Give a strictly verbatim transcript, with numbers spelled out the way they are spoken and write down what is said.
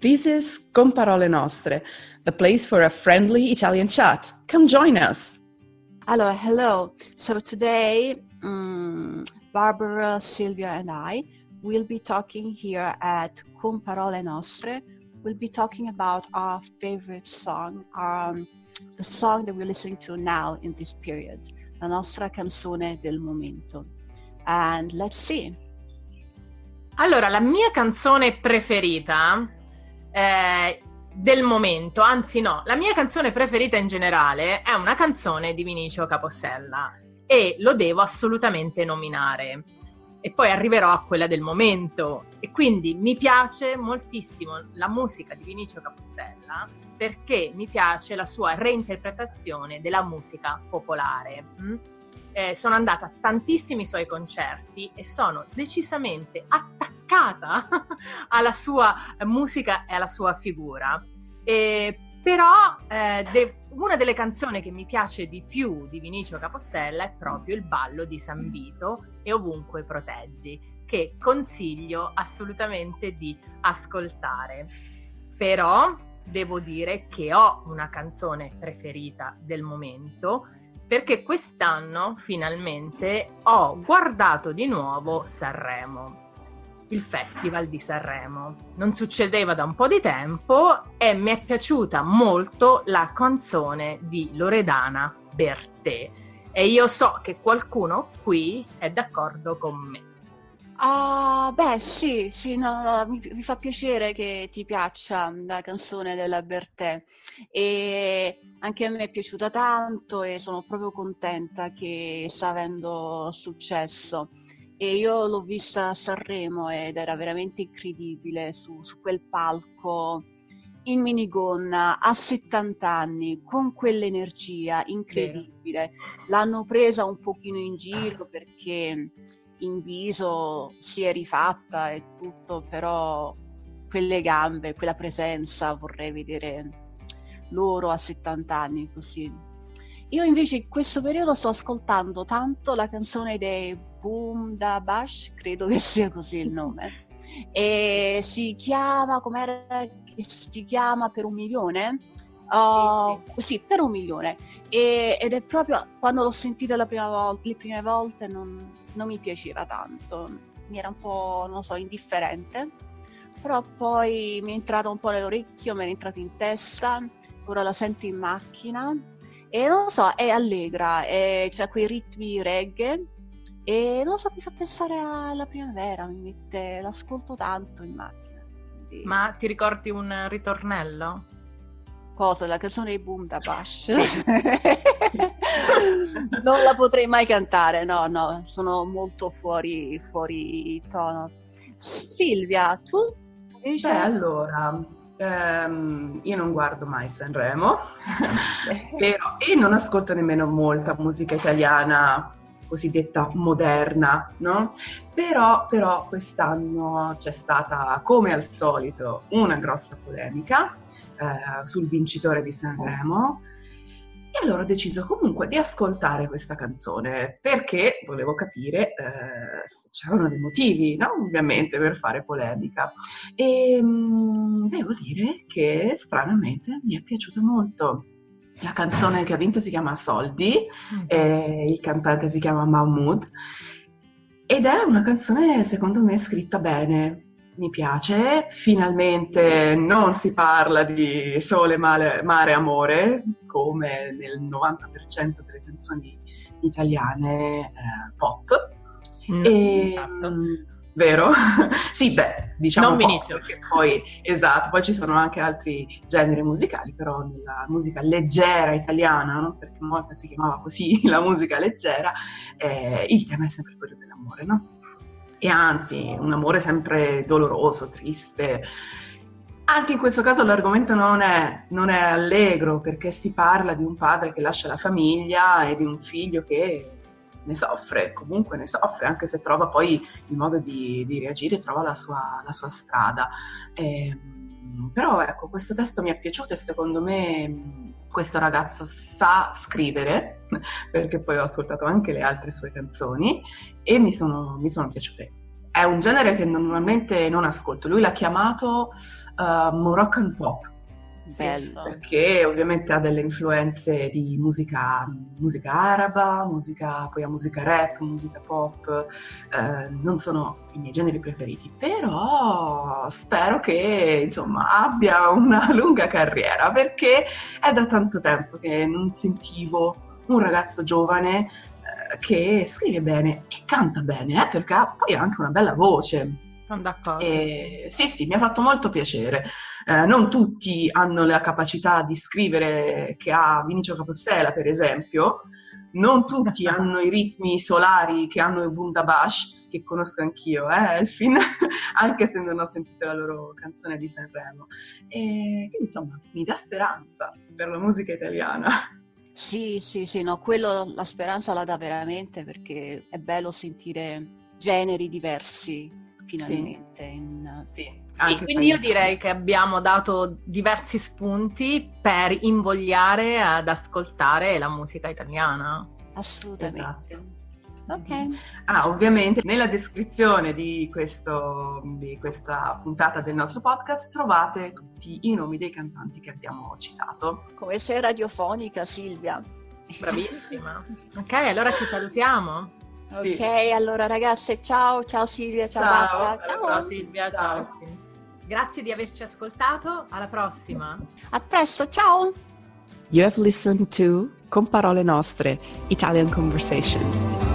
This is Con Parole Nostre, the place for a friendly Italian chat. Come join us. Hello, hello. So today, um, Barbara, Silvia, and I will be talking here at Con Parole Nostre. We'll be talking about our favorite song, um, the song that we're listening to now in this period, la nostra canzone del momento. And let's see. Allora, la mia canzone preferita eh, del momento, anzi no, la mia canzone preferita in generale è una canzone di Vinicio Capossela e lo devo assolutamente nominare. E poi arriverò a quella del momento. E quindi mi piace moltissimo la musica di Vinicio Capossela perché mi piace la sua reinterpretazione della musica popolare. Mm? Eh, sono andata a tantissimi suoi concerti e sono decisamente attaccata alla sua musica e alla sua figura. E, però eh, de- una delle canzoni che mi piace di più di Vinicio Capossela è proprio il ballo di San Vito e Ovunque Proteggi, che consiglio assolutamente di ascoltare. Però devo dire che ho una canzone preferita del momento, perché quest'anno finalmente ho guardato di nuovo Sanremo, il Festival di Sanremo. Non succedeva da un po' di tempo e mi è piaciuta molto la canzone di Loredana Bertè e io so che qualcuno qui è d'accordo con me. Ah, beh, sì, sì, no, no, mi, mi fa piacere che ti piaccia la canzone della Bertè e anche a me è piaciuta tanto e sono proprio contenta che sta avendo successo. E io l'ho vista a Sanremo ed era veramente incredibile su, su quel palco in minigonna a settanta anni con quell'energia incredibile. L'hanno presa un pochino in giro perché in viso si è rifatta e tutto, però quelle gambe, quella presenza, vorrei vedere loro a settanta anni così. Io invece in questo periodo sto ascoltando tanto la canzone dei Boom Da Bash, credo che sia così il nome, e si chiama, com'era che si chiama, Per un milione? Uh, sì, sì. sì, Per un milione. E, ed è proprio quando l'ho sentita la prima volta, le prime volte non, non mi piaceva tanto, mi era un po', non so, indifferente, però poi mi è entrata un po' nell'orecchio, mi è entrata in testa, ora la sento in macchina e non so, è allegra, c'ha cioè quei ritmi reggae e non so, mi fa pensare alla primavera, mi mette, l'ascolto tanto in macchina. Quindi... Ma ti ricordi un ritornello? Cosa? La canzone di Boom Da Bash? Non la potrei mai cantare, no, no, sono molto fuori, fuori tono. Silvia, tu? Invece... Beh, allora, ehm, io non guardo mai Sanremo, però, e non ascolto nemmeno molta musica italiana cosiddetta moderna, no? Però, però quest'anno c'è stata, come al solito, una grossa polemica eh, sul vincitore di Sanremo e allora ho deciso comunque di ascoltare questa canzone perché volevo capire eh, se c'erano dei motivi, no? Ovviamente per fare polemica e mh, devo dire che stranamente mi è piaciuta molto. La canzone che ha vinto si chiama Soldi, e il cantante si chiama Mahmood ed è una canzone secondo me scritta bene, mi piace, finalmente non si parla di sole, mare, mare amore come nel novanta per cento delle canzoni italiane eh, pop. Mm, e, esatto. Vero? Sì, beh, diciamo non pop, perché poi, esatto, poi ci sono anche altri generi musicali, però nella musica leggera italiana, no? Perché una volta si chiamava così la musica leggera, eh, il tema è sempre quello dell'amore, no? E anzi, un amore sempre doloroso, triste. Anche in questo caso l'argomento non è, non è allegro, perché si parla di un padre che lascia la famiglia e di un figlio che ne soffre, comunque ne soffre, anche se trova poi il modo di, di reagire, trova la sua, la sua strada. Eh, però ecco, questo testo mi è piaciuto e secondo me questo ragazzo sa scrivere, perché poi ho ascoltato anche le altre sue canzoni e mi sono, mi sono piaciute. è un genere che normalmente non ascolto. Lui l'ha chiamato uh, Moroccan Pop. Bello. Perché ovviamente ha delle influenze di musica, musica araba, musica, poi ha musica rap, musica pop, eh, non sono i miei generi preferiti, però spero che insomma abbia una lunga carriera, perché è da tanto tempo che non sentivo un ragazzo giovane eh, che scrive bene e canta bene, eh, perché ha poi anche una bella voce. Sono d'accordo. E, sì, sì, mi ha fatto molto piacere. Eh, non tutti hanno la capacità di scrivere che ha Vinicio Capossela, per esempio. Non tutti hanno i ritmi solari che hanno i Bundabash, che conosco anch'io, eh, Elfin, anche se non ho sentito la loro canzone di Sanremo. E quindi, insomma, mi dà speranza per la musica italiana. Sì, sì, sì, no, quello la speranza la dà veramente, perché è bello sentire generi diversi. Finalmente. Sì, in... sì. Sì, quindi io direi che abbiamo dato diversi spunti per invogliare ad ascoltare la musica italiana. Assolutamente. Esatto. Ok. Ah, ovviamente nella descrizione di, questo, di questa puntata del nostro podcast trovate tutti i nomi dei cantanti che abbiamo citato. Come sei radiofonica, Silvia. Bravissima. Ok, allora ci salutiamo. Sì. Ok, allora ragazze, ciao, ciao Silvia, ciao, ciao Bacca. Ciao, ciao Silvia, ciao. ciao. Grazie di averci ascoltato, alla prossima. A presto, ciao. You have listened to Con Parole Nostre, Italian Conversations.